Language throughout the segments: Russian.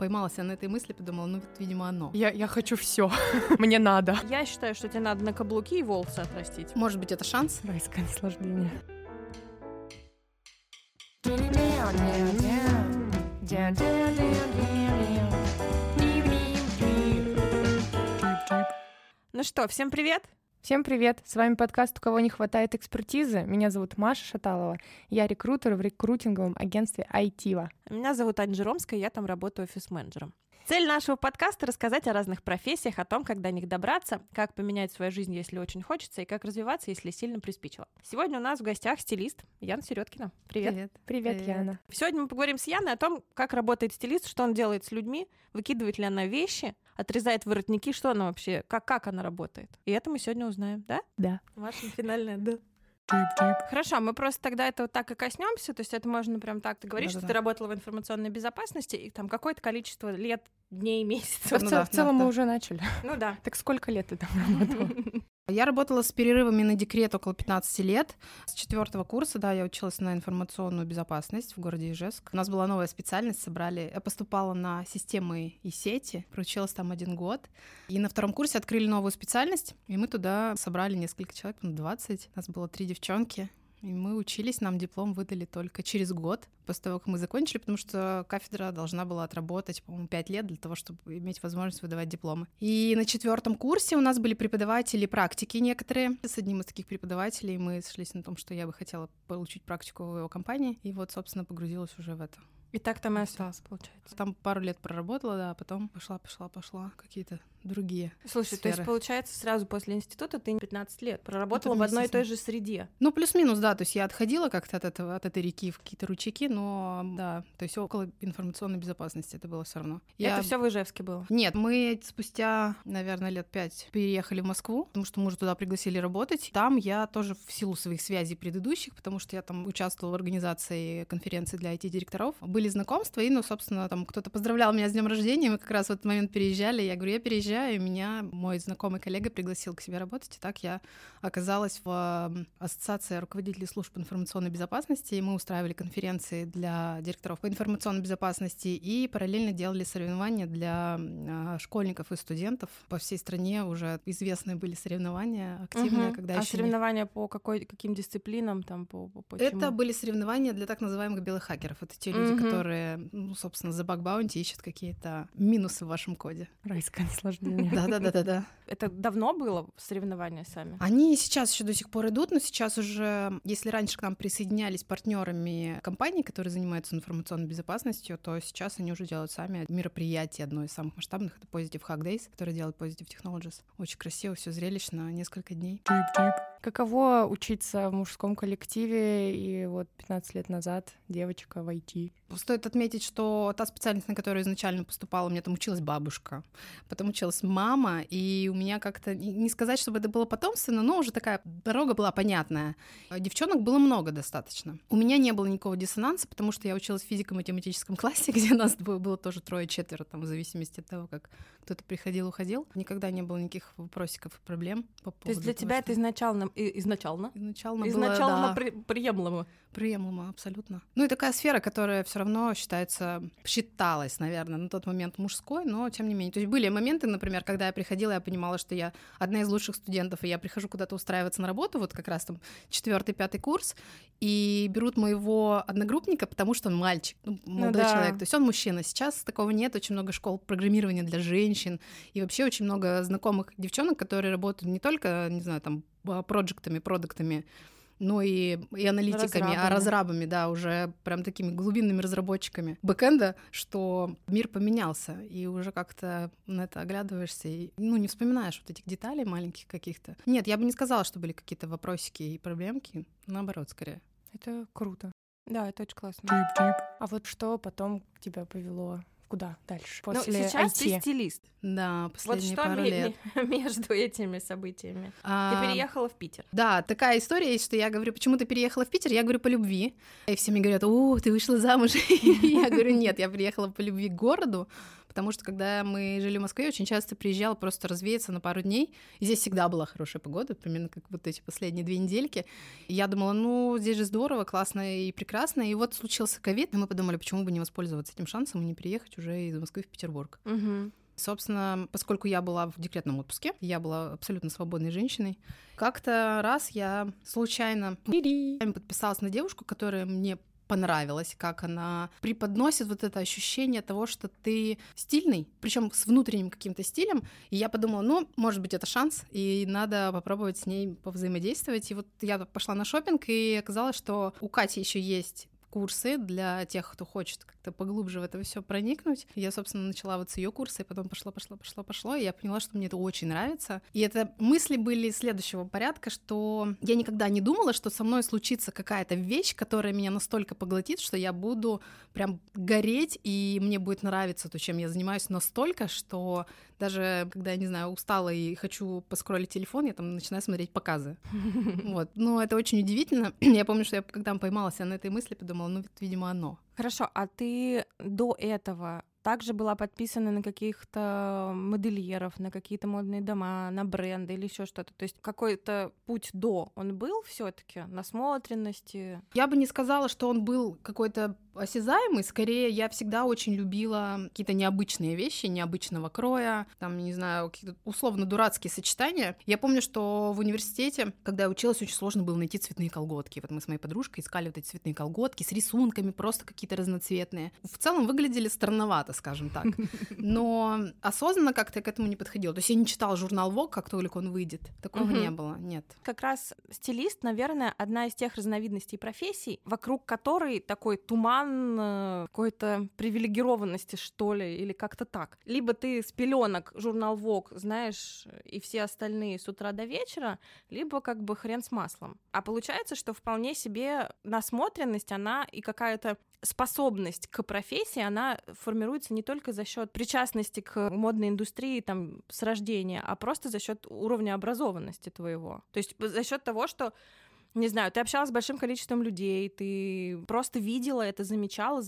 поймалась на этой мысли, подумала, ну, вот, видимо, оно. Я хочу все. Мне надо. Я считаю, что тебе надо на каблуки и волосы отрастить. Может быть, это шанс? Райское наслаждение. Ну что, всем привет! Всем привет! С вами подкаст «У кого не хватает экспертизы». Меня зовут Маша Шаталова. Я рекрутер в рекрутинговом агентстве ITIVA. Меня зовут Аня Жиромская, я там работаю офис-менеджером. Цель нашего подкаста — рассказать о разных профессиях, о том, как до них добраться, как поменять свою жизнь, если очень хочется, и как развиваться, если сильно приспичило. Сегодня у нас в гостях стилист Яна Середкина. Привет. Привет, Яна. Сегодня мы поговорим с Яной о том, как работает стилист, что он делает с людьми, выкидывает ли она вещи, отрезает воротники, что она вообще, как она работает. И это мы сегодня узнаем, да? Да. Маша финальная «да». Хорошо, мы просто тогда это вот так и коснемся. То есть это можно прям так. Ты говоришь, что ты работала в информационной безопасности, и там какое-то количество лет, дней, месяцев. В целом мы уже начали. Ну да. Так сколько лет ты там работала? Я работала с перерывами на декрет около 15 лет. С 4 курса, да, я училась на информационную безопасность в городе Ижевск. У нас была новая специальность, собрали. Я поступала на системы и сети, проучилась там 1 год. И на 2 курсе открыли новую специальность, и мы туда собрали несколько человек, 20. У нас было 3 девчонки. И мы учились, нам диплом выдали только через год после того, как мы закончили, потому что кафедра должна была отработать, по-моему, 5 лет для того, чтобы иметь возможность выдавать дипломы. И на 4 курсе у нас были преподаватели практики некоторые. С одним из таких преподавателей мы сошлись на том, что я бы хотела получить практику в его компании. И вот, собственно, погрузилась уже в это. И так там и осталось, получается. Там пару лет проработала, да, а потом пошла какие-то другие Слушай, сферы. то есть, получается, сразу после института ты 15 лет проработала в одной и той же среде. Ну, плюс-минус, да, то есть я отходила как-то от этой реки в какие-то ручейки, но, да, то есть около информационной безопасности это было все равно. Это все в Ижевске было? Нет, мы спустя, наверное, лет 5 переехали в Москву, потому что мужа туда пригласили работать. Там я тоже в силу своих связей предыдущих, потому что я там участвовала в организации конференции для IT-директоров, были знакомства, и, ну, собственно, там кто-то поздравлял меня с днем рождения, мы как раз в этот момент переезжали, я говорю, я переезжаю, и меня мой знакомый коллега пригласил к себе работать, и так я оказалась в ассоциации руководителей служб информационной безопасности, и мы устраивали конференции для директоров по информационной безопасности и параллельно делали соревнования для школьников и студентов. По всей стране уже известные были соревнования активные. Когда А соревнования по каким дисциплинам? Там, по Это чему? были соревнования для так называемых белых хакеров. Это те люди, которые, ну, собственно, за баг-баунти ищут какие-то минусы в вашем коде. Райское наслаждение. Да. Это давно было соревнования сами? Они сейчас еще до сих пор идут, но сейчас уже, если раньше к нам присоединялись партнерами компаний, которые занимаются информационной безопасностью, то сейчас они уже делают сами мероприятие. Одно из самых масштабных — это Positive Hack Days, который делает Positive Technologies. Очень красиво, все зрелищно, несколько дней. Каково учиться в мужском коллективе и вот 15 лет назад девочка в IT? Стоит отметить, что та специальность, на которую изначально поступала, у меня там училась бабушка, потом училась мама, и у меня как-то, не сказать, чтобы это было потомственно, но уже такая дорога была понятная. Девчонок было много достаточно. У меня не было никакого диссонанса, потому что я училась в физико-математическом классе, где нас было тоже 3-4, там, в зависимости от того, как кто-то приходил, уходил. Никогда не было никаких вопросиков и проблем по поводу. То есть для тебя это изначально было, да, приемлемо? Приемлемо, абсолютно. Ну и такая сфера, которая все равно считалась, наверное, на тот момент мужской, но тем не менее. То есть были моменты, например, когда я приходила, я понимала, что я одна из лучших студентов, и я прихожу куда-то устраиваться на работу, вот как раз там 4-5 курс, и берут моего одногруппника, потому что он мальчик, молодой человек, то есть он мужчина. Сейчас такого нет, очень много школ программирования для женщин, и вообще очень много знакомых девчонок, которые работают не только, не знаю, там, проектами, продуктами, но и аналитиками, разрабами, да, уже прям такими глубинными разработчиками бэкэнда, что мир поменялся, и уже как-то на это оглядываешься и, не вспоминаешь вот этих деталей маленьких каких-то. Нет, я бы не сказала, что были какие-то вопросики и проблемки, наоборот, скорее. Это круто. Да, это очень классно. А вот что потом тебя повело? Куда дальше? После сейчас IT. ты стилист. Да, последние вот пару лет. Между этими событиями? Ты переехала в Питер. Да, такая история есть, что я говорю, почему ты переехала в Питер? Я говорю, по любви. И все мне говорят, ты вышла замуж. Я говорю, нет, я приехала по любви к городу, потому что когда мы жили в Москве, очень часто приезжала просто развеяться на пару дней, и здесь всегда была хорошая погода, примерно как вот эти последние 2 недельки. И я думала, ну, здесь же здорово, классно и прекрасно, и вот случился ковид, и мы подумали, почему бы не воспользоваться этим шансом и не приехать уже из Москвы в Петербург. Собственно, поскольку я была в декретном отпуске, я была абсолютно свободной женщиной, как-то раз я случайно подписалась на девушку, которая мне понравилась, как она преподносит вот это ощущение того, что ты стильный, причем с внутренним каким-то стилем. И я подумала, ну, может быть, это шанс, и надо попробовать с ней повзаимодействовать. И вот я пошла на шопинг, и оказалось, что у Кати еще есть курсы для тех, кто хочет как-то поглубже в это все проникнуть. Я, собственно, начала вот с ее курса, и потом пошло, и я поняла, что мне это очень нравится. И это мысли были следующего порядка, что я никогда не думала, что со мной случится какая-то вещь, которая меня настолько поглотит, что я буду прям гореть, и мне будет нравиться то, чем я занимаюсь настолько, что даже когда, я не знаю, устала и хочу поскроллить телефон, я там начинаю смотреть показы. Вот. Но это очень удивительно. Я помню, что я когда поймала себя на этой мысли, подумала, ну, видимо, оно. Хорошо, а ты до этого также была подписана на каких-то модельеров, на какие-то модные дома, на бренды или еще что-то? То есть какой-то путь до он был все-таки насмотренности? Я бы не сказала, что он был какой-то осязаемый, скорее я всегда очень любила какие-то необычные вещи, необычного кроя, там, не знаю, какие-то условно дурацкие сочетания. Я помню, что в университете, когда я училась, очень сложно было найти цветные колготки. Вот мы с моей подружкой искали вот эти цветные колготки с рисунками, просто какие-то разноцветные. В целом выглядели странновато, скажем так. Но осознанно как-то я к этому не подходила. То есть я не читала журнал Vogue, как только он выйдет. Такого не было, нет. Как раз стилист, наверное, одна из тех разновидностей профессий, вокруг которой такой туман какой-то привилегированности, что ли, или как-то так. Либо ты с пеленок журнал Vogue знаешь и все остальные с утра до вечера, либо как бы хрен с маслом. А получается, что вполне себе насмотренность, она и какая-то способность к профессии, она формируется не только за счет причастности к модной индустрии там с рождения, а просто за счет уровня образованности твоего. То есть за счет того, что не знаю, ты общалась с большим количеством людей, ты просто видела это, замечала.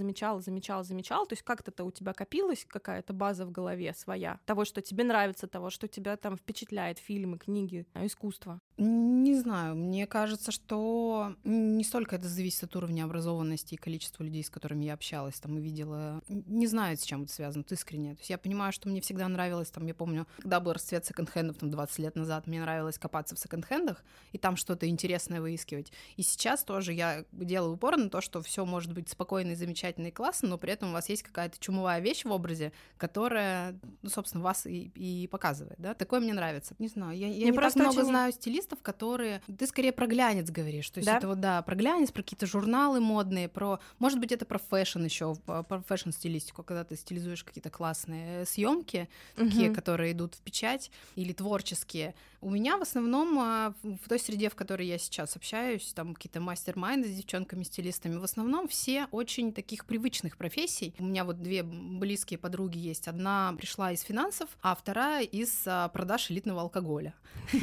То есть как-то у тебя копилась какая-то база в голове своя того, что тебе нравится, того, что тебя там впечатляет, фильмы, книги, искусство. Не знаю, мне кажется, что не столько это зависит от уровня образованности и количества людей, с которыми я общалась, там, и видела. Не знаю, с чем это связано, искренне. То есть я понимаю, что мне всегда нравилось, там, я помню, когда был расцвет секонд-хендов, там, 20 лет назад, мне нравилось копаться в секонд-хендах и там что-то интересное выискивать. И сейчас тоже я делаю упор на то, что все может быть спокойно и замечательно и классно, но при этом у вас есть какая-то чумовая вещь в образе, которая, ну, собственно, вас и показывает, да? Такое мне нравится. Не знаю, я не так много знаю стилистов, которые... Ты скорее про глянец говоришь, то есть это вот, да, про глянец, про какие-то журналы модные, про... Может быть, это про фэшн еще, про фэшн-стилистику, когда ты стилизуешь какие-то классные съемки, такие, которые идут в печать, или творческие. У меня в основном в той среде, в которой я сейчас общаюсь, там какие-то мастер-майнды с девчонками-стилистами, в основном все очень таких привычных профессий. У меня вот 2 близкие подруги есть. Одна пришла из финансов, а вторая из продаж элитного алкоголя.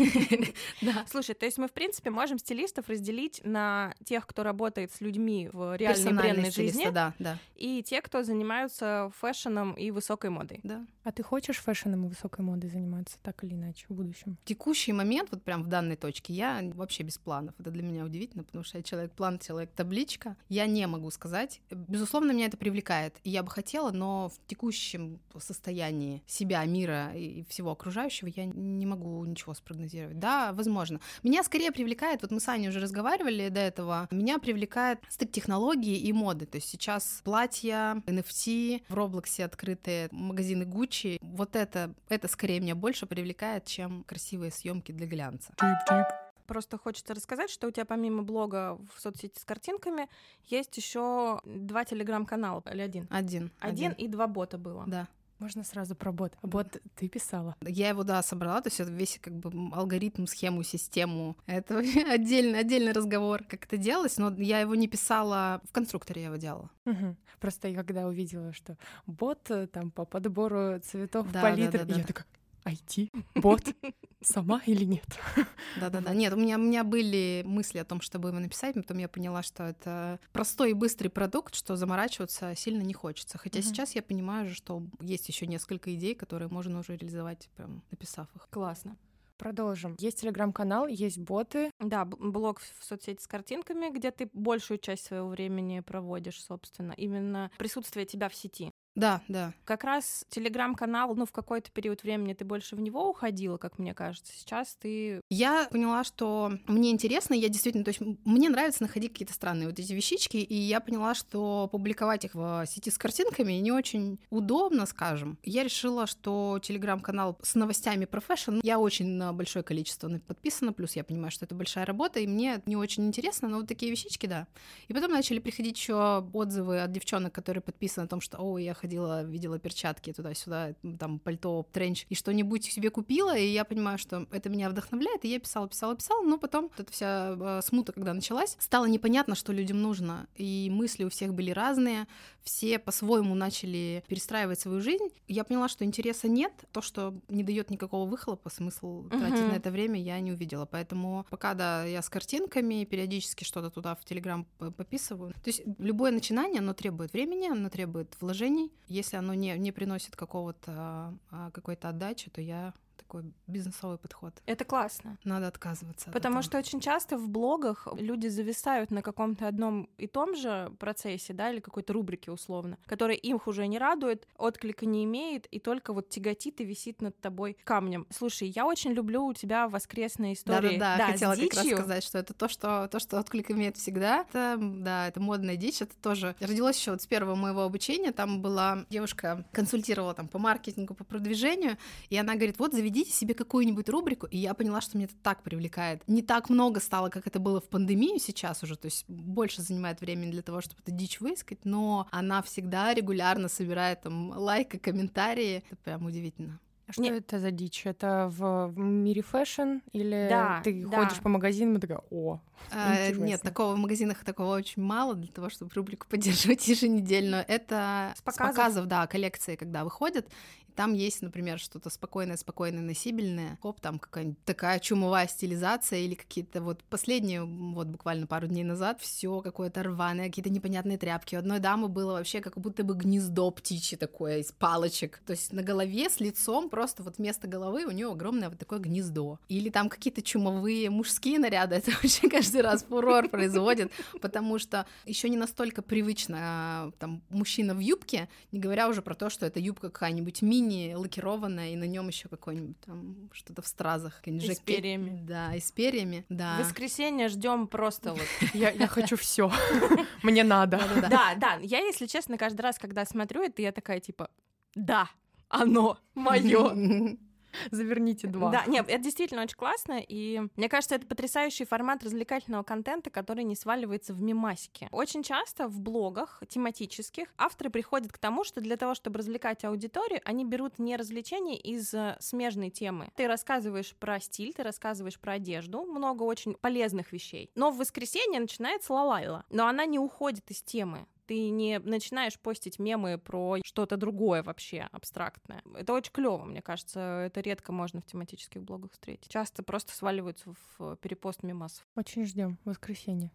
Слушай, то есть мы, в принципе, можем стилистов разделить на тех, кто работает с людьми в реальной брендной жизни, и те, кто занимаются фэшном и высокой модой. Да. А ты хочешь фэшном и высокой модой заниматься так или иначе в будущем? В текущий момент, вот прям в данной точке, я вообще без планов. Это для меня удивительно, потому что я человек-план, человек-табличка. Я не могу сказать. Безусловно, меня это привлекает, и я бы хотела, но в текущем состоянии себя, мира и всего окружающего я не могу ничего спрогнозировать. Да, возможно. Меня скорее привлекает, вот мы с Аней уже разговаривали до этого, меня привлекает стык технологий и моды. То есть сейчас платья, NFT, в Роблоксе открытые магазины Gucci. Вот это скорее меня больше привлекает, чем красивые съемки для глянца. Просто хочется рассказать, что у тебя помимо блога в соцсети с картинками есть еще 2 телеграм-канала или один? Один и 2 бота было. Да. Можно сразу про бот. А бот ты писала? Я его, да, собрала, то есть это весь как бы алгоритм, схему, систему. Это отдельный разговор, как это делалось, но я его не писала, в конструкторе я его делала. Просто я когда увидела, что бот там по подбору цветов, палитр, я такая... IT? Бот? Сама или нет? Да-да-да. Нет, у меня были мысли о том, чтобы его написать, но потом я поняла, что это простой и быстрый продукт, что заморачиваться сильно не хочется. Хотя сейчас я понимаю же, что есть еще несколько идей, которые можно уже реализовать, прям написав их. Классно. Продолжим. Есть телеграм-канал, есть боты. Да, блог в соцсети с картинками, где ты большую часть своего времени проводишь, собственно. Именно присутствие тебя в сети. Да, да. Как раз телеграм-канал, в какой-то период времени ты больше в него уходила, как мне кажется. Сейчас ты... Я поняла, что мне интересно, я действительно, то есть мне нравится находить какие-то странные вот эти вещички, и я поняла, что публиковать их в сети с картинками не очень удобно, скажем. Я решила, что телеграм-канал с новостями про фэшн, я очень на большое количество подписана, плюс я понимаю, что это большая работа, и мне не очень интересно, но вот такие вещички, да. И потом начали приходить еще отзывы от девчонок, которые подписаны о том, что, о, я ходила, видела перчатки туда-сюда, там пальто, тренч, и что-нибудь себе купила, и я понимаю, что это меня вдохновляет, и я писала, но потом вот эта вся смута, когда началась, стало непонятно, что людям нужно, и мысли у всех были разные, все по-своему начали перестраивать свою жизнь. Я поняла, что интереса нет, то, что не дает никакого выхлопа, смысл тратить на это время, я не увидела, поэтому пока, да, я с картинками, периодически что-то туда в Телеграм пописываю. То есть любое начинание, оно требует времени, оно требует вложений. Если оно не приносит какой-то отдачи, то я такой бизнесовый подход. Это классно. Надо отказываться. Потому что очень часто в блогах люди зависают на каком-то одном и том же процессе, да, или какой-то рубрике условно, которая их уже не радует, отклика не имеет, и только вот тяготит и висит над тобой камнем. Слушай, я очень люблю у тебя воскресные истории. Да, хотела как раз сказать, что это то, что отклик имеет всегда. Это модная дичь, это тоже родилось еще вот с первого моего обучения. Там была девушка, консультировала там по маркетингу, по продвижению, и она говорит, вот заведите себе какую-нибудь рубрику, и я поняла, что меня это так привлекает. Не так много стало, как это было в пандемию сейчас уже, то есть больше занимает времени для того, чтобы эту дичь выискать, но она всегда регулярно собирает там лайки, комментарии. Это прям удивительно. А что это за дичь? Это в мире фэшн? Или ты да. ходишь по магазинам и такая, о, Нет, в магазинах такого очень мало для того, чтобы рубрику поддерживать еженедельно. Это с показов, да, коллекции, когда выходят. И там есть, например, что-то спокойное, носибельное. Хоп, там какая-нибудь такая чумовая стилизация или какие-то вот последние, вот буквально пару дней назад, все какое-то рваное, какие-то непонятные тряпки. У одной дамы было вообще как будто бы гнездо птичье такое из палочек. То есть на голове с лицом просто вот вместо головы у нее огромное вот такое гнездо. Или там какие-то чумовые мужские наряды. Это вообще каждый раз фурор производит, потому что еще не настолько привычно там мужчина в юбке, не говоря уже про то, что это юбка какая-нибудь мини лакированная, и на нем еще какое-нибудь там что-то в стразах. И с перьями. Да, и с перьями, да. В воскресенье ждем просто вот. Я хочу все. Мне надо. Да. Я, если честно, каждый раз, когда смотрю это, я такая типа, да, оно мое. Заверните 2. Да, нет, это действительно очень классно, и мне кажется, это потрясающий формат развлекательного контента, который не сваливается в мемасики. Очень часто в блогах тематических авторы приходят к тому, что для того, чтобы развлекать аудиторию, они берут не развлечения из смежной темы. Ты рассказываешь про стиль, ты рассказываешь про одежду, много очень полезных вещей. Но в воскресенье начинается лалайла, но она не уходит из темы. Ты не начинаешь постить мемы про что-то другое вообще абстрактное. Это очень клево, мне кажется. Это редко можно в тематических блогах встретить. Часто просто сваливаются в перепост мемасов. Очень ждем воскресенье.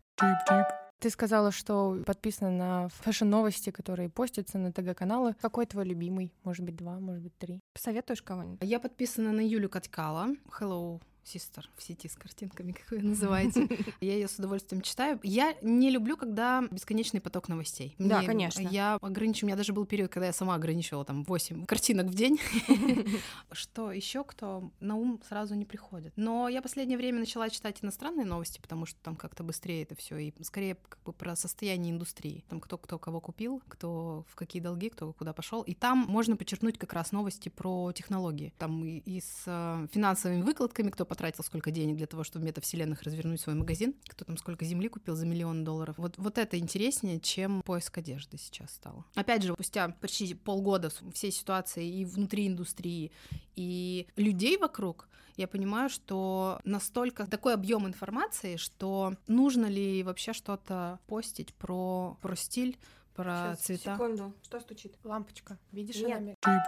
Ты сказала, что подписана на фэшн-новости, которые постятся на ТГ-каналы. Какой твой любимый? Может быть, 2, может быть, 3? Посоветуешь кого-нибудь? Я подписана на Юлю Каткала. Hello, Sister в сети с картинками, как вы ее называете. Я ее с удовольствием читаю. Я не люблю, когда бесконечный поток новостей. Да, конечно. Я ограничиваю. У меня даже был период, когда я сама ограничивала там 8 картинок в день. Что еще, кто на ум сразу не приходит. Но я последнее время начала читать иностранные новости, потому что там как-то быстрее это все и скорее как бы про состояние индустрии. Там кто кого купил, кто в какие долги, кто куда пошел. И там можно подчеркнуть как раз новости про технологии. Там и с финансовыми выкладками, кто потратил сколько денег для того, чтобы в метавселенных развернуть свой магазин, кто там сколько земли купил за $1 миллион. Вот это интереснее, чем поиск одежды сейчас стало. Опять же, спустя почти полгода всей ситуации и внутри индустрии, и людей вокруг, я понимаю, что настолько такой объем информации, что нужно ли вообще что-то постить про стиль, про Сейчас, цвета. секунду. Что стучит? Лампочка. Видишь, Нет. она? Тип-тип.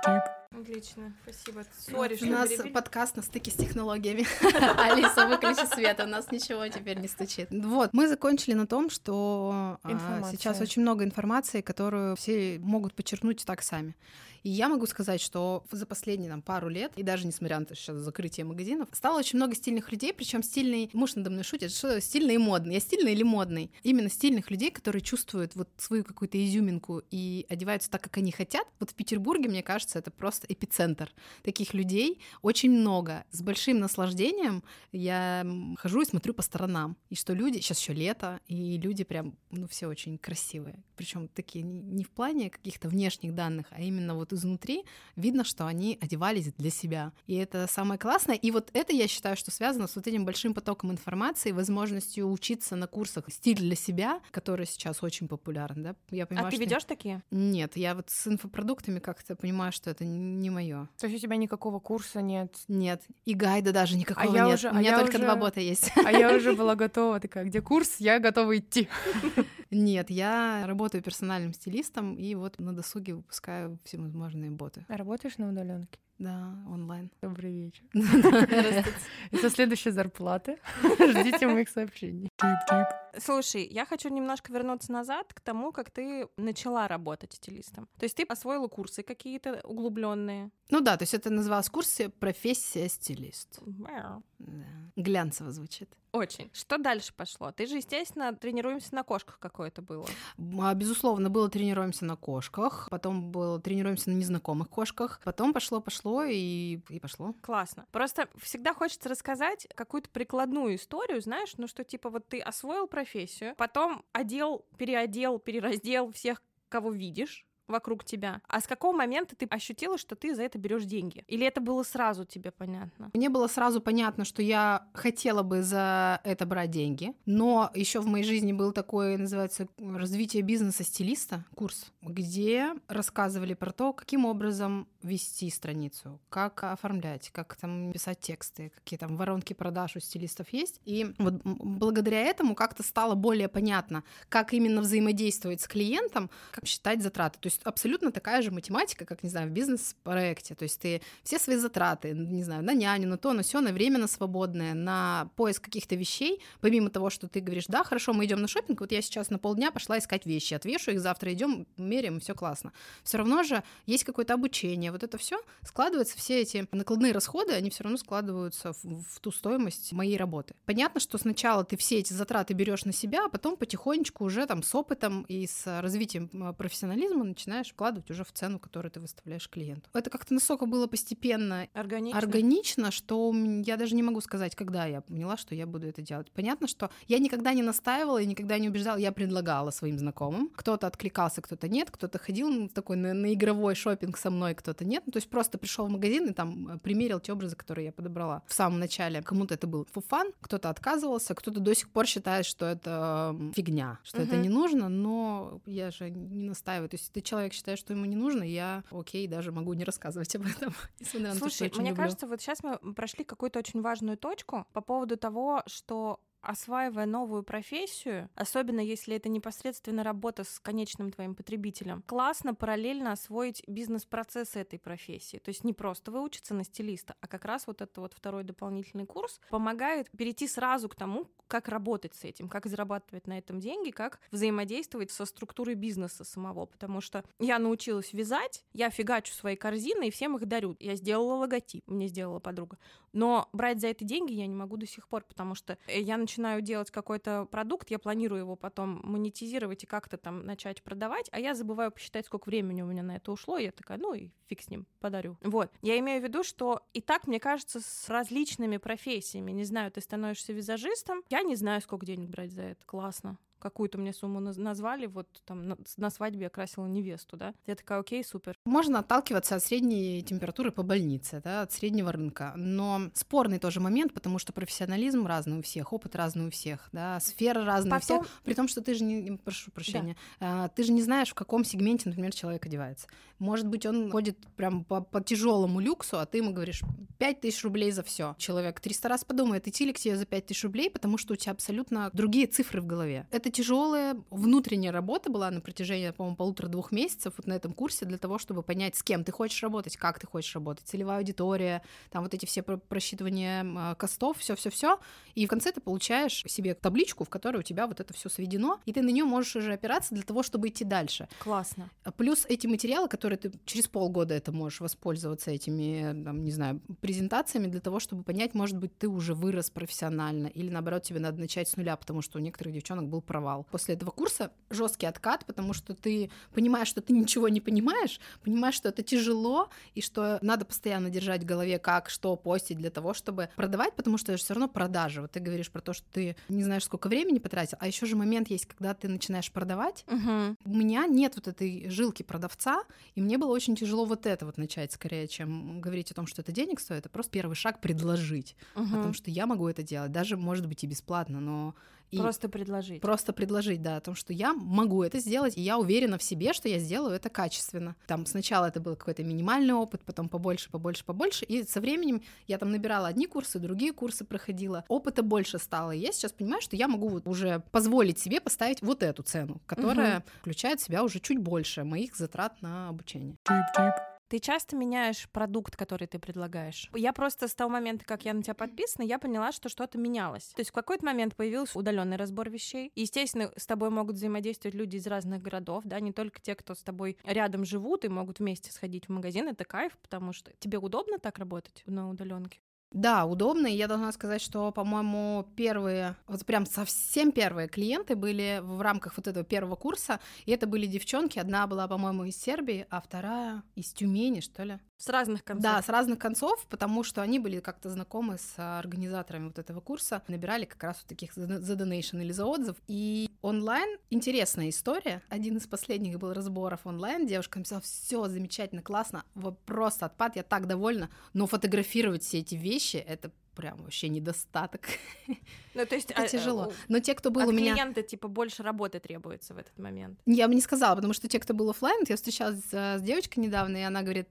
Отлично, спасибо. Сори, У что нас перебили. подкаст на стыке с технологиями. Алиса, выключи свет, у нас ничего теперь не стучит. Вот, мы закончили на том, что сейчас очень много информации, которую все могут подчеркнуть так сами. И я могу сказать, что за последние пару лет, и даже несмотря на то, что сейчас закрытие магазинов, стало очень много стильных людей, причем стильный, муж надо мной шутит, что стильный и модный. Я стильный или модный? Именно стильных людей, которые чувствуют вот свою какую-то изюминку и одеваются так, как они хотят. Вот в Петербурге, мне кажется, это просто эпицентр таких людей. Очень много. С большим наслаждением я хожу и смотрю по сторонам. И что люди, сейчас еще лето, и люди прям, все очень красивые. Причем такие не в плане каких-то внешних данных, а именно вот изнутри видно, что они одевались для себя. И это самое классное. И вот это, я считаю, что связано с вот этим большим потоком информации, возможностью учиться на курсах «Стиль для себя», который сейчас очень популярен. Да? Я понимаю, ты ведешь такие? Нет, я вот с инфопродуктами как-то понимаю, что это не мое. То есть у тебя никакого курса нет? Нет. И гайда даже никакого нет. У меня только 2 бота есть. А я уже была готова, такая, где курс? Я готова идти. Нет, я работаю персональным стилистом, и вот на досуге выпускаю всевозможные боты. А работаешь на удаленке? Да, онлайн. Добрый вечер. И со следующей зарплаты ждите моих сообщений. Слушай, я хочу немножко вернуться назад к тому, как ты начала работать стилистом. То есть ты освоила курсы какие-то углубленные. Ну да, то есть это называлось в курсе «Профессия стилист». Да. Глянцево звучит. Очень. Что дальше пошло? Ты же, естественно, тренируемся на кошках какое-то было. Безусловно, было тренируемся на кошках, потом было тренируемся на незнакомых кошках, потом пошло и пошло. Классно. Просто всегда хочется рассказать какую-то прикладную историю, знаешь, что типа вот ты освоил профессию, потом переодел, перераздел всех, кого видишь вокруг тебя. А с какого момента ты ощутила, что ты за это берешь деньги? Или это было сразу тебе понятно? Мне было сразу понятно, что я хотела бы за это брать деньги, но еще в моей жизни был такой, называется, развитие бизнеса стилиста, курс, где рассказывали про то, каким образом вести страницу, как оформлять, как там писать тексты, какие там воронки продаж у стилистов есть. И вот благодаря этому как-то стало более понятно, как именно взаимодействовать с клиентом, как считать затраты. То есть абсолютно такая же математика, как, не знаю, в бизнес-проекте. То есть ты все свои затраты, не знаю, на няню, на то, на сё, на время на свободное, на поиск каких-то вещей, помимо того, что ты говоришь, да, хорошо, мы идем на шопинг, вот я сейчас на полдня пошла искать вещи, отвешу их, завтра идем, меряем, все классно. Все равно же есть какое-то обучение, вот это все складывается, все эти накладные расходы, они все равно складываются в ту стоимость моей работы. Понятно, что сначала ты все эти затраты берешь на себя, а потом потихонечку уже там с опытом и с развитием профессионализма начинаешь вкладывать уже в цену, которую ты выставляешь клиенту. Это как-то настолько было постепенно, органично, что я даже не могу сказать, когда я поняла, что я буду это делать. Понятно, что я никогда не настаивала и никогда не убеждала, я предлагала своим знакомым. Кто-то откликался, кто-то нет, кто-то ходил такой на игровой шопинг со мной, кто-то нет. Ну, то есть просто пришел в магазин и там примерил те образы, которые я подобрала в самом начале. Кому-то это был фуфан, кто-то отказывался, кто-то до сих пор считает, что это фигня, что это не нужно, но я же не настаиваю. То есть ты человек считает, что ему не нужно, я, окей, даже могу не рассказывать об этом. Слушай, мне кажется, вот сейчас мы прошли какую-то очень важную точку по поводу того, что осваивая новую профессию, особенно если это непосредственно работа с конечным твоим потребителем, классно параллельно освоить бизнес-процессы этой профессии. То есть не просто выучиться на стилиста, а как раз вот этот вот второй дополнительный курс помогает перейти сразу к тому, как работать с этим, как зарабатывать на этом деньги, как взаимодействовать со структурой бизнеса самого. Потому что я научилась вязать, я фигачу свои корзины и всем их дарю. Я сделала логотип, мне сделала подруга. Но брать за это деньги я не могу до сих пор, потому что я начинаю делать какой-то продукт, я планирую его потом монетизировать и как-то там начать продавать, а я забываю посчитать, сколько времени у меня на это ушло, и я такая, ну и фиг с ним, подарю. Вот. Я имею в виду, что и так, мне кажется, с различными профессиями, не знаю, ты становишься визажистом, я не знаю, сколько денег брать за это. Классно. Какую-то мне сумму назвали, вот там на свадьбе я красила невесту, да. Я такая, окей, супер. Можно отталкиваться от средней температуры по больнице, да, от среднего рынка, но спорный тоже момент, потому что профессионализм разный у всех, опыт разный у всех, да, сфера разная у всех, при том, что ты же не, прошу прощения, да. Ты же не знаешь, в каком сегменте, например, человек одевается. Может быть, он ходит прям по тяжелому люксу, а ты ему говоришь 5000 рублей за все. Человек 300 раз подумает, идти ли к тебе за 5000 рублей, потому что у тебя абсолютно другие цифры в голове. Это это тяжелая внутренняя работа была на протяжении, по-моему, 1,5-2 месяцев вот на этом курсе для того, чтобы понять, с кем ты хочешь работать, как ты хочешь работать, целевая аудитория, там вот эти все просчитывания костов, все. И в конце ты получаешь себе табличку, в которой у тебя вот это все сведено, и ты на нее можешь уже опираться для того, чтобы идти дальше. Классно. Плюс эти материалы, которые ты через полгода это можешь воспользоваться этими, там, не знаю, презентациями для того, чтобы понять, может быть, ты уже вырос профессионально, или наоборот, тебе надо начать с нуля, потому что у некоторых девчонок был провал. После этого курса жесткий откат, потому что ты понимаешь, что ты ничего не понимаешь, понимаешь, что это тяжело, и что надо постоянно держать в голове, как, что постить для того, чтобы продавать, потому что это же все равно продажа. Вот ты говоришь про то, что ты не знаешь, сколько времени потратил, а еще же момент есть, когда ты начинаешь продавать. У меня нет вот этой жилки продавца, и мне было очень тяжело вот это вот начать скорее, чем говорить о том, что это денег стоит, это просто первый шаг предложить о том, что я могу это делать, даже, может быть, и бесплатно, но... Просто предложить. Просто предложить, да, о том, что я могу это сделать, и я уверена в себе, что я сделаю это качественно. Там сначала это был какой-то минимальный опыт, потом побольше, и со временем я там набирала одни курсы, другие курсы проходила, опыта больше стало, и я сейчас понимаю, что я могу вот уже позволить себе поставить вот эту цену, которая включает в себя уже чуть больше моих затрат на обучение. Ты часто меняешь продукт, который ты предлагаешь? Я просто с того момента, как я на тебя подписана, я поняла, что что-то менялось. То есть в какой-то момент появился удаленный разбор вещей. И, естественно, с тобой могут взаимодействовать люди из разных городов, да, не только те, кто с тобой рядом живут и могут вместе сходить в магазин. Это кайф, потому что тебе удобно так работать на удаленке? Да, удобно, и я должна сказать, что, по-моему, первые, вот прям совсем первые клиенты были в рамках вот этого первого курса, и это были девчонки, одна была, по-моему, из Сербии, а вторая из Тюмени, что ли. С разных концов? Да, с разных концов, потому что они были как-то знакомы с организаторами вот этого курса, набирали как раз вот таких за донейшн или за отзыв. И онлайн интересная история. Один из последних был разборов онлайн, девушка написала: все замечательно, классно, вот просто отпад, я так довольна, но фотографировать все эти вещи — это прям вообще недостаток. Ну, то есть это тяжело. Но те, кто был от у меня... клиента, типа, больше работы требуется в этот момент. Я бы не сказала, потому что те, кто был офлайн, я встречалась с девочкой недавно, и она говорит: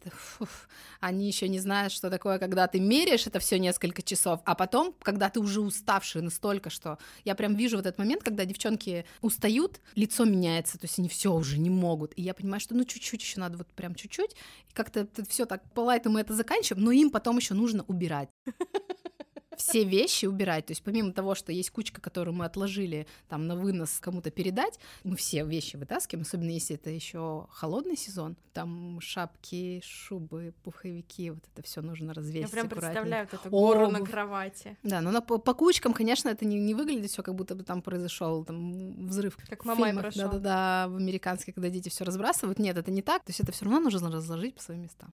они еще не знают, что такое, когда ты меряешь это все несколько часов, а потом, когда ты уже уставший настолько, что я прям вижу вот этот момент, когда девчонки устают, лицо меняется, то есть они все уже не могут, и я понимаю, что ну чуть-чуть еще надо, вот прям чуть-чуть, и как-то все так по-лайту мы это заканчиваем, но им потом еще нужно убирать. Все вещи убирать, то есть помимо того, что есть кучка, которую мы отложили там на вынос кому-то передать, мы все вещи вытаскиваем, особенно если это еще холодный сезон, там шапки, шубы, пуховики, вот это все нужно развесить аккуратнее. Я прям представляю вот эту гору на кровати. Да, но по кучкам, конечно, это не выглядит все, как будто бы там произошел там взрыв. Как Мамай прошел. Да-да-да, в американских, когда дети все разбрасывают. Нет, это не так, то есть это все равно нужно разложить по своим местам.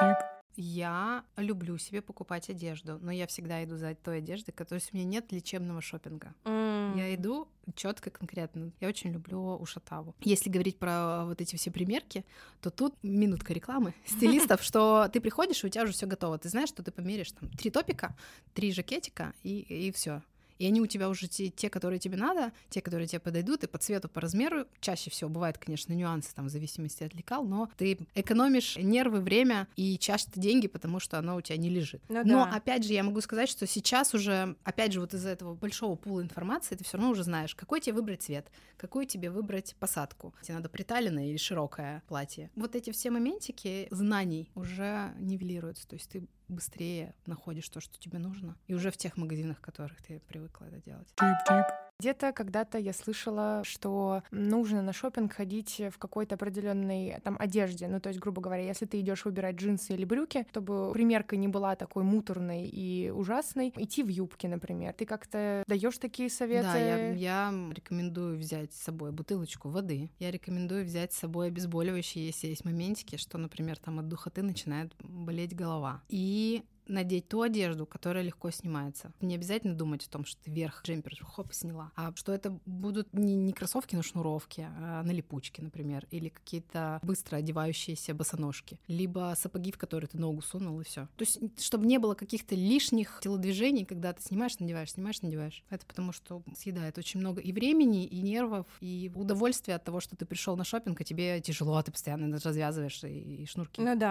Я люблю себе покупать одежду, но я всегда иду за той одеждой, которой у меня нет лечебного шопинга. Я иду четко, конкретно. Я очень люблю Ушатаву. Если говорить про вот эти все примерки, то тут минутка рекламы стилистов, что ты приходишь, и у тебя уже все готово. Ты знаешь, что ты померишь там 3 топика, 3 жакетика, и все. И они у тебя уже те, которые тебе надо, те, которые тебе подойдут, и по цвету, по размеру. Чаще всего бывают, конечно, нюансы там в зависимости от лекал, но ты экономишь нервы, время и часто деньги, потому что оно у тебя не лежит. Но, опять же, я могу сказать, что сейчас уже, опять же, вот из-за этого большого пула информации ты все равно уже знаешь, какой тебе выбрать цвет, какую тебе выбрать посадку. Тебе надо приталенное или широкое платье. Вот эти все моментики знаний уже нивелируются, то есть ты быстрее находишь то, что тебе нужно, и уже в тех магазинах, в которых ты привыкла это делать. Где-то когда-то я слышала, что нужно на шопинг ходить в какой-то определенной там одежде. Ну, то есть, грубо говоря, если ты идешь выбирать джинсы или брюки, чтобы примерка не была такой муторной и ужасной, идти в юбке, например. Ты как-то даешь такие советы? Да, я рекомендую взять с собой бутылочку воды. Я рекомендую взять с собой обезболивающие, если есть моментики, что, например, там от духоты начинает болеть голова. И надеть ту одежду, которая легко снимается. Не обязательно думать о том, что ты верх джемпер хоп сняла, а что это будут не кроссовки на шнуровке, а на липучке, например, или какие-то быстро одевающиеся босоножки, либо сапоги, в которые ты ногу сунул, и все. То есть, чтобы не было каких-то лишних телодвижений, когда ты снимаешь, надеваешь. Это потому, что съедает очень много и времени, и нервов, и удовольствия от того, что ты пришел на шопинг, а тебе тяжело, ты постоянно развязываешь и шнурки. Ну да.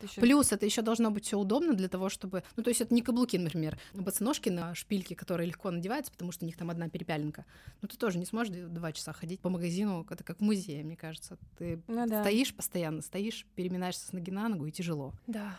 Плюс это еще должно быть все удобно для того, чтобы... Ну, то есть это не каблуки, например, босоножки на шпильки, которые легко надеваются, потому что у них там одна перепяленка. Но ты тоже не сможешь 2 часа ходить по магазину, это как в музее, мне кажется. Ты стоишь постоянно, переминаешься с ноги на ногу, и тяжело. Да.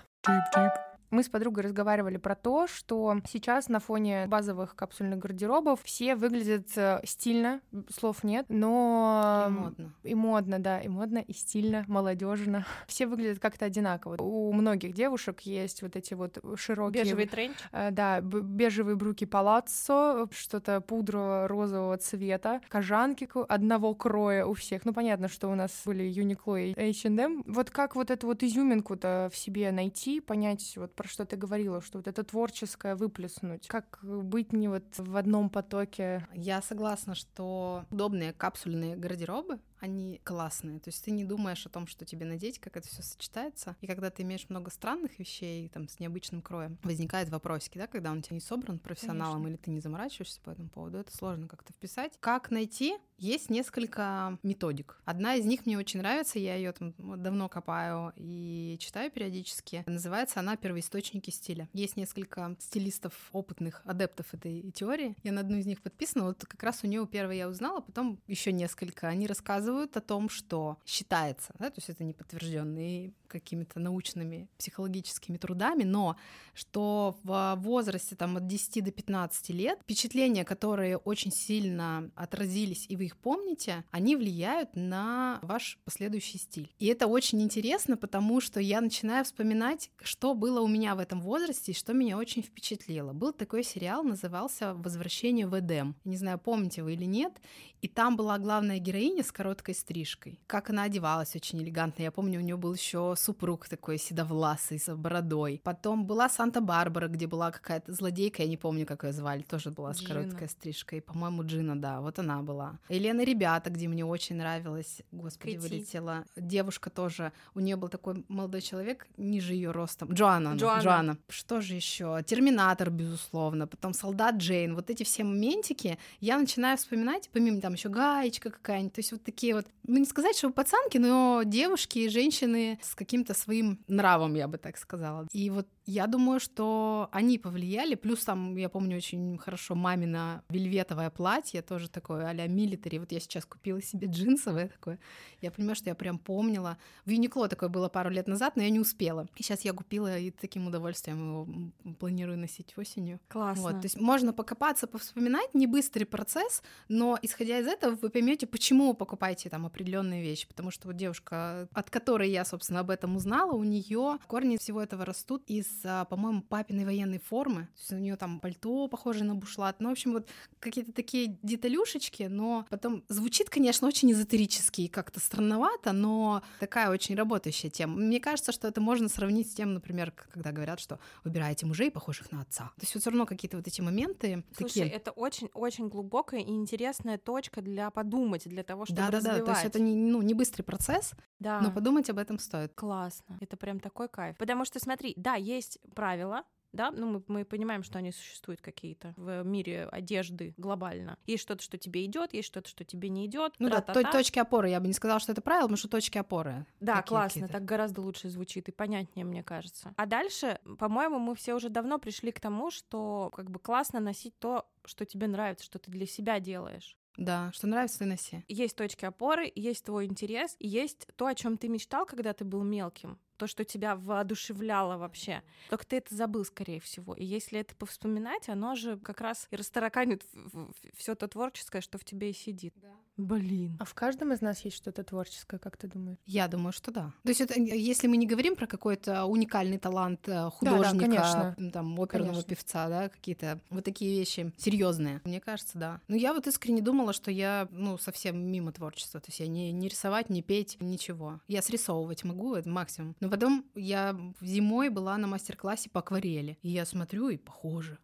Мы с подругой разговаривали про то, что сейчас на фоне базовых капсульных гардеробов все выглядят стильно, слов нет, но... И модно. И модно, да, и модно, и стильно, молодежно. Все выглядят как-то одинаково. У многих девушек есть вот эти вот широкие... Бежевый тренч? Да, бежевые брюки палаццо, что-то пудрово-розового цвета, кожанки одного кроя у всех. Ну, понятно, что у нас были Uniqlo и H&M. Вот как вот эту вот изюминку-то в себе найти, понять, вот про что ты говорила, что вот это творческое выплеснуть, как быть не вот в одном потоке. Я согласна, что удобные капсульные гардеробы, они классные. То есть ты не думаешь о том, что тебе надеть, как это все сочетается. И когда ты имеешь много странных вещей, там, с необычным кроем, возникают вопросики, да, когда он у тебя не собран профессионалом, или ты не заморачиваешься по этому поводу, это сложно как-то вписать. Как найти? Есть несколько методик. Одна из них мне очень нравится, я ее там давно копаю и читаю периодически. Называется она «Первоисточники стиля». Есть несколько стилистов, опытных адептов этой теории. Я на одну из них подписана. Вот как раз у нее первой я узнала, потом еще несколько. Они рассказывают о том, что считается, да, то есть это не подтвержденные какими-то научными психологическими трудами, но что в возрасте там, от 10 до 15 лет впечатления, которые очень сильно отразились, и вы их помните, они влияют на ваш последующий стиль. И это очень интересно, потому что я начинаю вспоминать, что было у меня в этом возрасте и что меня очень впечатлило. Был такой сериал, назывался «Возвращение в Эдем». Не знаю, помните вы или нет. И там была главная героиня с короткой стрижкой. Как она одевалась очень элегантно. Я помню, у нее был еще супруг такой седовласый, с бородой. Потом была Санта-Барбара, где была какая-то злодейка, я не помню, как ее звали, тоже была с короткой стрижкой. По-моему, Джина, да, вот она была. Елена Ребята, где мне очень нравилось. Господи, Кэти. Вылетела. Девушка тоже. У нее был такой молодой человек, ниже ее ростом. Джоанна. Что же еще? Терминатор, безусловно. Потом Солдат Джейн. Вот эти все моментики я начинаю вспоминать, помимо там еще Гаечка какая-нибудь. То есть вот такие вот, ну не сказать, что пацанки, но девушки и женщины с каким-то своим нравом, я бы так сказала. И вот я думаю, что они повлияли. Плюс там, я помню очень хорошо мамино вельветовое платье, тоже такое а-ля милитари. Вот я сейчас купила себе джинсовое такое. Я понимаю, что я прям помнила. В Uniqlo такое было пару лет назад, но я не успела. И сейчас я купила и таким удовольствием его планирую носить осенью. Классно. Вот, то есть можно покопаться, повспоминать, не быстрый процесс, но исходя из этого вы поймете, почему вы покупаете там определенные вещи. Потому что вот девушка, от которой я, собственно, об этом узнала, у нее корни всего этого растут из, по-моему, папиной военной формы. То есть у нее там пальто похоже на бушлат. Ну, в общем, вот какие-то такие деталюшечки, но потом звучит, конечно, очень эзотерически и как-то странновато, но такая очень работающая тема. Мне кажется, что это можно сравнить с тем, например, когда говорят, что выбираете мужей, похожих на отца. То есть вот все равно какие-то вот эти моменты. Слушай, такие... это очень-очень глубокая и интересная точка для подумать, для того, чтобы Да-да-да, развивать. то есть это не быстрый процесс, Да. но подумать об этом стоит. Классно. Это прям такой кайф. Потому что, смотри, да, есть правила, да, ну мы понимаем, что они существуют какие-то в мире одежды глобально. Есть что-то, что тебе идет, есть что-то, что тебе не идет. Ну да, точки опоры. Я бы не сказала, что это правило, потому что точки опоры. Да, классно, так гораздо лучше звучит и понятнее, мне кажется. А дальше, по-моему, мы все уже давно пришли к тому, что как бы классно носить то, что тебе нравится, что ты для себя делаешь. Да, что нравится, ты носи. Есть точки опоры, есть твой интерес, и есть то, о чем ты мечтал, когда ты был мелким. То, что тебя воодушевляло вообще. Только ты это забыл, скорее всего. И если это повспоминать, оно же как раз и растараканит все то творческое, что в тебе и сидит. Да. Блин. А в каждом из нас есть что-то творческое, как ты думаешь? Я думаю, что да. То есть это, если мы не говорим про какой-то уникальный талант художника, да, там, оперного певца, да, какие-то вот такие вещи серьезные. Мне кажется, да. Но я вот искренне думала, что я, совсем мимо творчества. То есть я не рисовать, не петь, ничего. Я срисовывать могу, это максимум. Но потом я зимой была на мастер-классе по акварели. И я смотрю, и похоже.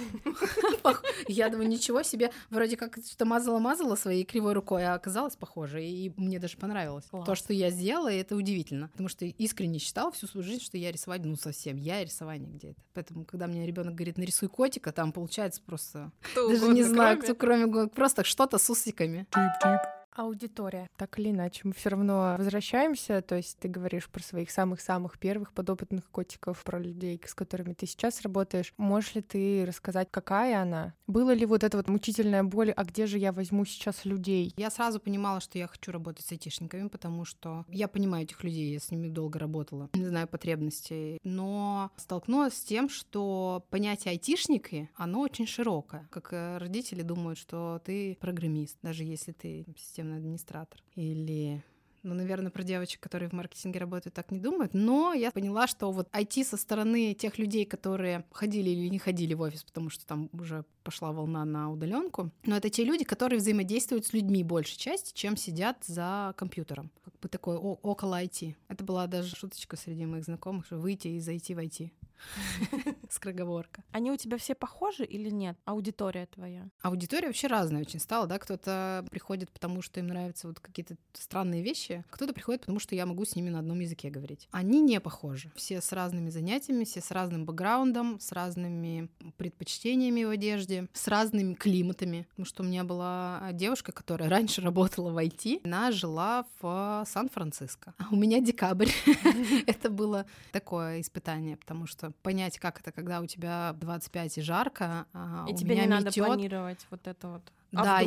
Я думаю, ничего себе, вроде как что-то мазала своей кривой рукой, а оказалось похоже, и мне даже понравилось. То, что я сделала, и это удивительно, потому что искренне считала всю свою жизнь, что я рисовать, совсем, я рисование где-то. Поэтому, когда мне ребенок говорит, нарисуй котика, там получается просто, даже не знаю, кто кроме просто что-то с усиками. Аудитория. Так или иначе, мы все равно возвращаемся, то есть ты говоришь про своих самых-самых первых подопытных котиков, про людей, с которыми ты сейчас работаешь. Можешь ли ты рассказать, какая она? Было ли вот эта вот мучительная боль, а где же я возьму сейчас людей? Я сразу понимала, что я хочу работать с айтишниками, потому что я понимаю этих людей, я с ними долго работала, не знаю потребностей, но столкнулась с тем, что понятие айтишники, оно очень широкое. Как родители думают, что ты программист, даже если ты системный администратор. Или, наверное, про девочек, которые в маркетинге работают, так не думают. Но я поняла, что вот IT со стороны тех людей, которые ходили или не ходили в офис, потому что там уже пошла волна на удаленку. Но это те люди, которые взаимодействуют с людьми большей части, чем сидят за компьютером. Как бы такое около IT. Это была даже шуточка среди моих знакомых, что выйти из IT в IT. Скороговорка. Они у тебя все похожи или нет? Аудитория твоя? Аудитория вообще разная очень стала, да? Кто-то приходит, потому что им нравятся вот какие-то странные вещи, кто-то приходит, потому что я могу с ними на одном языке говорить. Они не похожи. Все с разными занятиями, все с разным бэкграундом, с разными предпочтениями в одежде, с разными климатами. Потому что у меня была девушка, которая раньше работала в IT, она жила в Сан-Франциско. А у меня декабрь. Это было такое испытание, потому что понять, как это, когда у тебя 25 и жарко, И у тебе меня не надо метёт. планировать вот это вот. Да,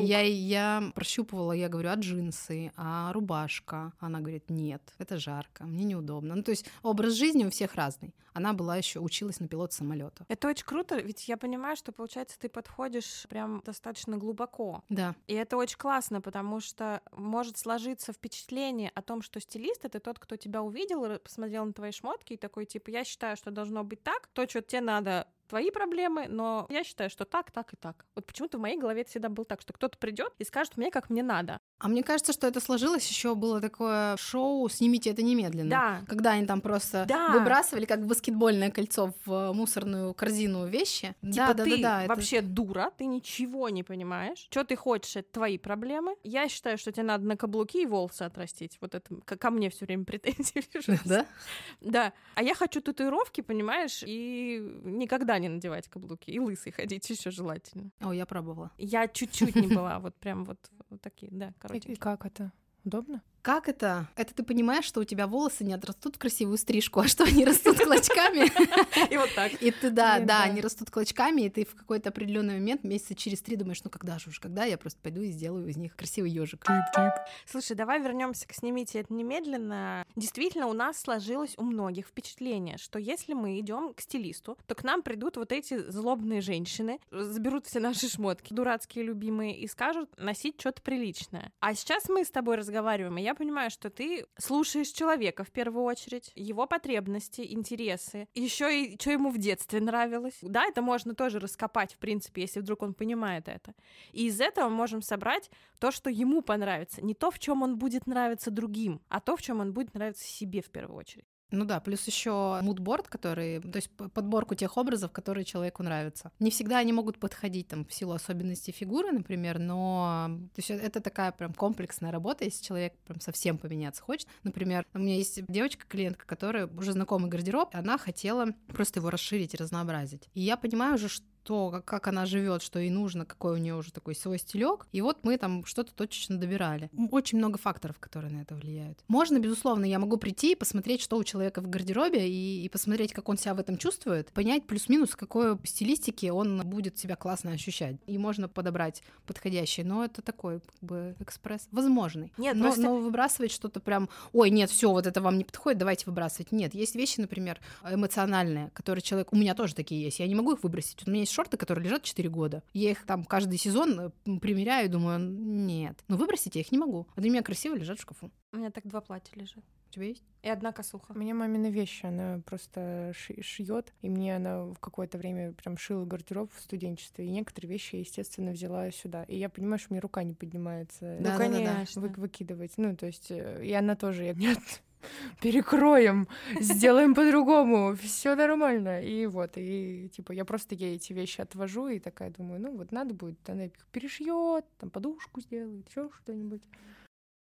я прощупывала, я говорю, а джинсы, а рубашка? Она говорит, нет, это жарко, мне неудобно. Ну, то есть образ жизни у всех разный. Она была еще училась на пилота самолета. Это очень круто, ведь я понимаю, что, получается, ты подходишь прям достаточно глубоко. Да. И это очень классно, потому что может сложиться впечатление о том, что стилист — это тот, кто тебя увидел, посмотрел на твои шмотки и такой, типа, я считаю, что должно быть так, то, что тебе надо, твои проблемы, но я считаю, что так, так и так. Вот почему-то в моей голове это всегда было так, что кто-то придет и скажет мне, как мне надо. А мне кажется, что это сложилось, еще было такое шоу «Снимите это немедленно». Да. Когда они там просто выбрасывали, как баскетбольное кольцо, в мусорную корзину вещи. Типа ты это вообще дура, ты ничего не понимаешь. Что ты хочешь, это твои проблемы. Я считаю, что тебе надо на каблуки и волосы отрастить. Вот это ко мне все время претензии. Да? Да. А я хочу татуировки, понимаешь, и никогда не надевать каблуки. И лысый ходить еще желательно. О, я пробовала. Я чуть-чуть не была, вот прям вот такие, да, короче. И как это? Удобно? Как это? Это ты понимаешь, что у тебя волосы не отрастут в красивую стрижку, а что они растут клочками. И вот так. И ты, да, они растут клочками, и ты в какой-то определенный момент, месяца через 3 думаешь, ну когда же уж, когда я просто пойду и сделаю из них красивый ежик. Слушай, давай вернемся к «Снимите это немедленно». Действительно, у нас сложилось у многих впечатление, что если мы идем к стилисту, то к нам придут вот эти злобные женщины, заберут все наши шмотки, дурацкие любимые, и скажут носить что-то приличное. А сейчас мы с тобой разговариваем, и я понимаю, что ты слушаешь человека в первую очередь, его потребности, интересы, еще и что ему в детстве нравилось. Да, это можно тоже раскопать, в принципе, если вдруг он понимает это. И из этого мы можем собрать то, что ему понравится. Не то, в чем он будет нравиться другим, а то, в чем он будет нравиться себе в первую очередь. Ну да, плюс еще мудборд, который, то есть подборку тех образов, которые человеку нравятся. Не всегда они могут подходить там в силу особенностей фигуры, например, но то есть это такая прям комплексная работа, если человек прям совсем поменяться хочет. Например, у меня есть девочка-клиентка, которая уже знакомый гардероб, она хотела просто его расширить и разнообразить. И я понимаю уже, что как она живет, что ей нужно, какой у нее уже такой свой стилек. И вот мы там что-то точечно добирали. Очень много факторов, которые на это влияют. Можно, безусловно, я могу прийти и посмотреть, что у человека в гардеробе, и посмотреть, как он себя в этом чувствует, понять плюс-минус, какой стилистики он будет себя классно ощущать. И можно подобрать подходящий. Но это такой как бы экспресс возможный. Нет, но выбрасывать что-то прям, ой, нет, все, вот это вам не подходит, давайте выбрасывать. Нет, есть вещи, например, эмоциональные, которые человек... У меня тоже такие есть, я не могу их выбросить. У меня есть шорты, которые лежат 4 года. Я их там каждый сезон примеряю и думаю, нет. Но выбросить я их не могу. Они у меня красиво лежат в шкафу. У меня так 2 платья лежат. У тебя есть? И 1 косуха. У меня мамина вещь, она просто шьет, и мне она в какое-то время прям шила гардероб в студенчестве, и некоторые вещи я, естественно, взяла сюда. И я понимаю, что мне рука не поднимается. Ну, конечно. Выкидывать. Ну, то есть, и она тоже, нет, перекроем, сделаем по-другому, все нормально. И вот, и типа я просто ей эти вещи отвожу, и такая думаю, ну вот надо будет, она их перешьет, там подушку сделает, еще что-нибудь.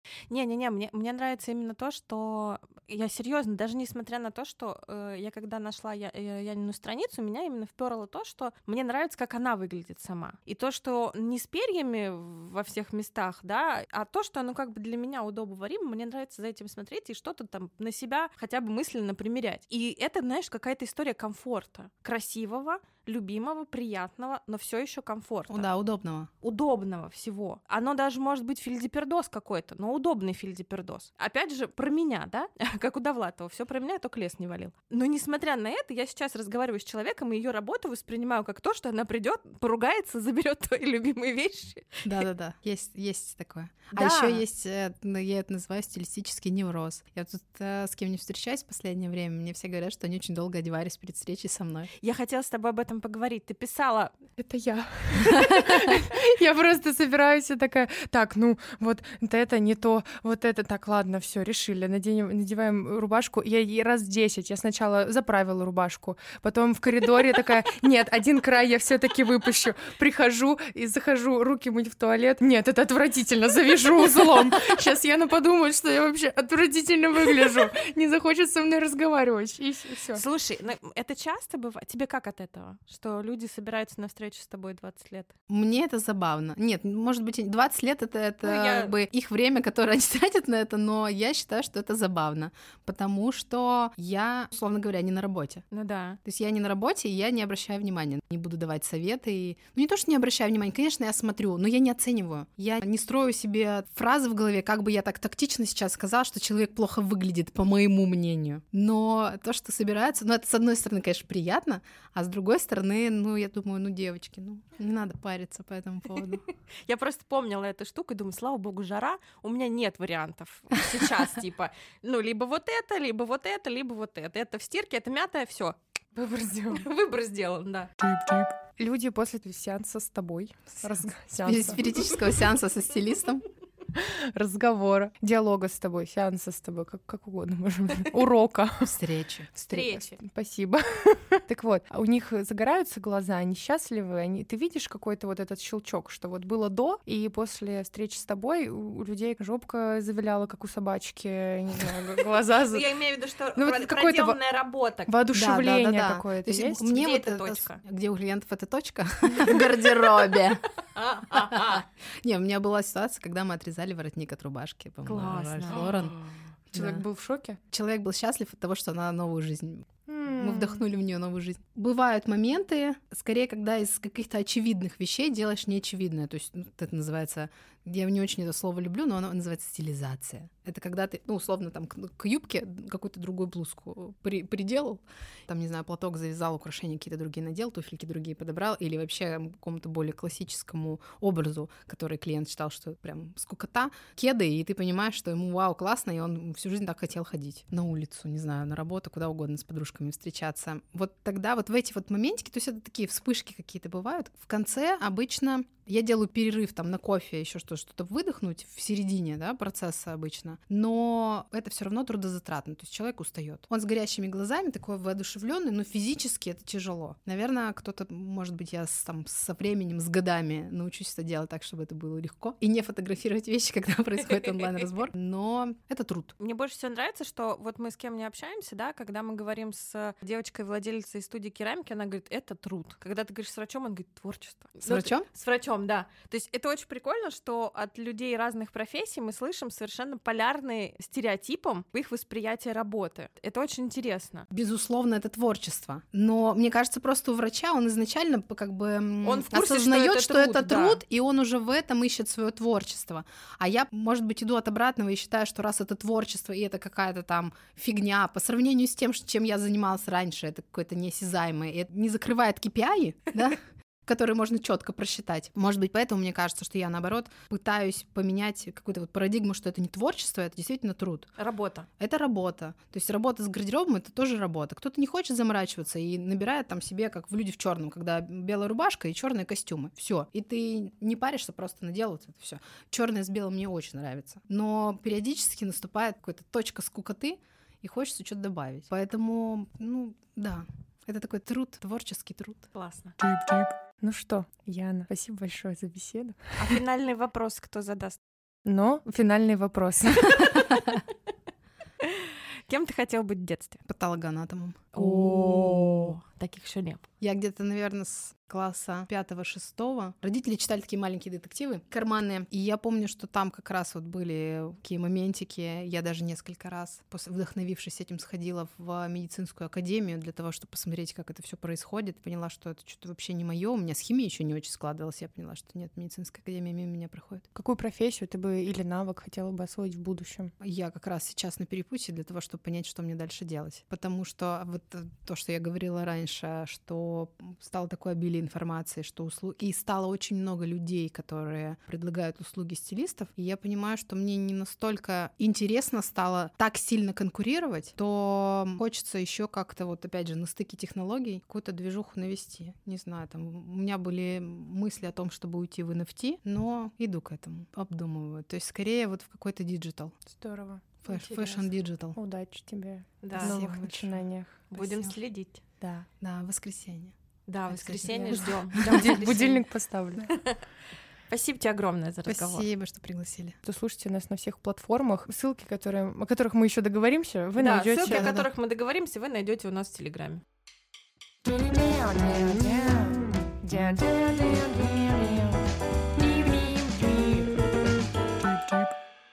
Не-не-не, мне нравится именно то, что я серьезно, даже несмотря на то, что я когда нашла Янину страницу, меня именно вперло то, что мне нравится, как она выглядит сама. И то, что не с перьями во всех местах, да, а то, что оно как бы для меня удобоваримо, мне нравится за этим смотреть и что-то там на себя хотя бы мысленно примерять. И это, знаешь, какая-то история комфорта. Красивого, любимого, приятного, но все еще комфорта. Да, удобного. Удобного всего. Оно даже может быть фильдепердоз какой-то, но удобный фильдепердоз. Опять же, про меня, да? Как у Довлатова. Все про меня, только лес не валил. Но несмотря на это, я сейчас разговариваю с человеком, и ее работу воспринимаю как то, что она придет, поругается, заберет твои любимые вещи. Да-да-да, есть такое. Да. А еще есть, я это называю стилистический невроз. Я тут с кем не встречаюсь в последнее время, мне все говорят, что они очень долго одевались перед встречей со мной. Я хотела с тобой об этом поговорить. Ты писала... Это я. Я просто собираюсь и такая, так, ну, вот это не то, вот это, так, ладно, все, решили, надеваем рубашку. Я ей раз 10, я сначала заправила рубашку, потом в коридоре такая, нет, один край я все таки выпущу. Прихожу и захожу руки мыть в туалет. Нет, это отвратительно, завяжу узлом. Сейчас Яна подумает, что я вообще отвратительно выгляжу, не захочет со мной разговаривать, и все. Слушай, это часто бывает? Тебе как от этого? Что люди собираются на встречу с тобой 20 лет? Мне это забавно. Нет, может быть, 20 лет это как бы их время, которое они тратят на это, но я считаю, что это забавно, потому что я, условно говоря, не на работе. Ну да. То есть я не на работе, и я не обращаю внимания, не буду давать советы. Ну не то, что не обращаю внимания, конечно, я смотрю, но я не оцениваю. Я не строю себе фразы в голове, как бы я так тактично сейчас сказала, что человек плохо выглядит, по моему мнению. Но то, что собирается, ну это с одной стороны, конечно, приятно, а с другой стороны, ну я думаю, ну девочки, ну не надо париться по этому поводу. Я просто помнила эту штуку и думаю, слава богу, жара, у меня нет вариантов сейчас, типа, ну, либо вот это, либо вот это, либо вот это. Это в стирке, это мятое, все. Выбор сделан. Выбор сделан, да. Люди после сеанса с тобой, Спиритического сеанса со стилистом. разговора, диалога с тобой, сеанса с тобой, как угодно, можем. Урока. Встречи. Спасибо. Так вот, у них загораются глаза, они счастливы, ты видишь какой-то вот этот щелчок, что вот было до, и после встречи с тобой у людей жопка завиляла, как у собачки, не знаю, глаза... Я имею в виду, что проделанная работа. Воодушевление какое-то есть. Где эта точка? Где у клиентов эта точка? В гардеробе. Не, у меня была ситуация, когда мы отрезали воротник от рубашки. Классно. Человек был в шоке? Человек был счастлив от того, что она новую жизнь. Мы вдохнули в нее новую жизнь. Бывают моменты, скорее, когда из каких-то очевидных вещей делаешь неочевидное. То есть это называется, я не очень это слово люблю, но оно называется стилизация. Это когда ты, ну, условно, там, к юбке какую-то другую блузку приделал, там, не знаю, платок завязал, украшения какие-то другие надел, туфельки другие подобрал, или вообще к какому-то более классическому образу, который клиент считал, что прям скукота, кеды, и ты понимаешь, что ему вау, классно, и он всю жизнь так хотел ходить на улицу, не знаю, на работу, куда угодно с подружками встречаться. Вот тогда вот в эти вот моментики, то есть это такие вспышки какие-то бывают. В конце обычно я делаю перерыв там на кофе, еще что-то выдохнуть в середине, да, процесса обычно, но это все равно трудозатратно, то есть человек устает. Он с горящими глазами, такой воодушевленный, но физически это тяжело. Наверное, кто-то, может быть, я со временем, с годами научусь это делать так, чтобы это было легко, и не фотографировать вещи, когда происходит онлайн-разбор, но это труд. Мне больше всего нравится, что вот мы с кем не общаемся, да, когда мы говорим с девочкой-владелицей студии керамики, она говорит, это труд. Когда ты говоришь с врачом, он говорит, творчество. С врачом? С врачом, да. То есть это очень прикольно, что от людей разных профессий мы слышим совершенно полярные стереотипом их восприятия работы. Это очень интересно. Безусловно, это творчество. Но мне кажется, просто у врача он изначально как бы он в курсе, осознает, что это труд, да. И он уже в этом ищет свое творчество. А я, может быть, иду от обратного и считаю, что раз это творчество и это какая-то там фигня по сравнению с тем, чем я занималась раньше, это какое-то неосязаемое, и это не закрывает KPI, да? Которые можно четко просчитать. Может быть, поэтому мне кажется, что я, наоборот, пытаюсь поменять какую-то вот парадигму, что это не творчество, это действительно труд. Работа. Это работа. То есть работа с гардеробом — это тоже работа. Кто-то не хочет заморачиваться и набирает там себе, как в «Люди в черном», когда белая рубашка и черные костюмы. Все. И ты не паришься, просто надел вот это все. Черное с белым мне очень нравится. Но периодически наступает какая-то точка скукоты, и хочется что-то добавить. Поэтому, да. Это такой труд, творческий труд. Классно. Ну что, Яна, спасибо большое за беседу. А финальный вопрос кто задаст? Но финальный вопрос. Кем ты хотел быть в детстве? Патологоанатомом. О, таких еще нет. Я где-то, наверное, с класса 5-6 родители читали такие маленькие детективы карманные, и я помню, что там как раз вот были такие моментики. Я даже несколько раз, вдохновившись этим, сходила в медицинскую академию для того, чтобы посмотреть, как это все происходит. Поняла, что это что-то вообще не мое. У меня с химией еще не очень складывалось. Я поняла, что нет, медицинская академия мимо меня проходит. Какую профессию ты бы или навык хотела бы освоить в будущем? Я как раз сейчас на перепутье для того, чтобы понять, что мне дальше делать. Потому что вот то, что я говорила раньше, что стало такое обилие информации, что и стало очень много людей, которые предлагают услуги стилистов, и я понимаю, что мне не настолько интересно стало так сильно конкурировать, то хочется еще как-то вот опять же на стыке технологий какую-то движуху навести. Не знаю, там у меня были мысли о том, чтобы уйти в NFT, но иду к этому, обдумываю. То есть скорее вот в какой-то диджитал. Здорово. Fashion digital. Удачи тебе Да, в новых спасибо начинаниях. будем Спасибо. следить. Да. Да, воскресенье. Да, в воскресенье Спасибо. ждем. Будильник поставлю. Спасибо тебе огромное за разговор. Спасибо, что пригласили. То слушайте нас на всех платформах. Ссылки, о которых мы еще договоримся, вы Да, найдете. ссылки, о которых мы договоримся, вы найдете у нас в Телеграме. Мяу-мяу-мяу.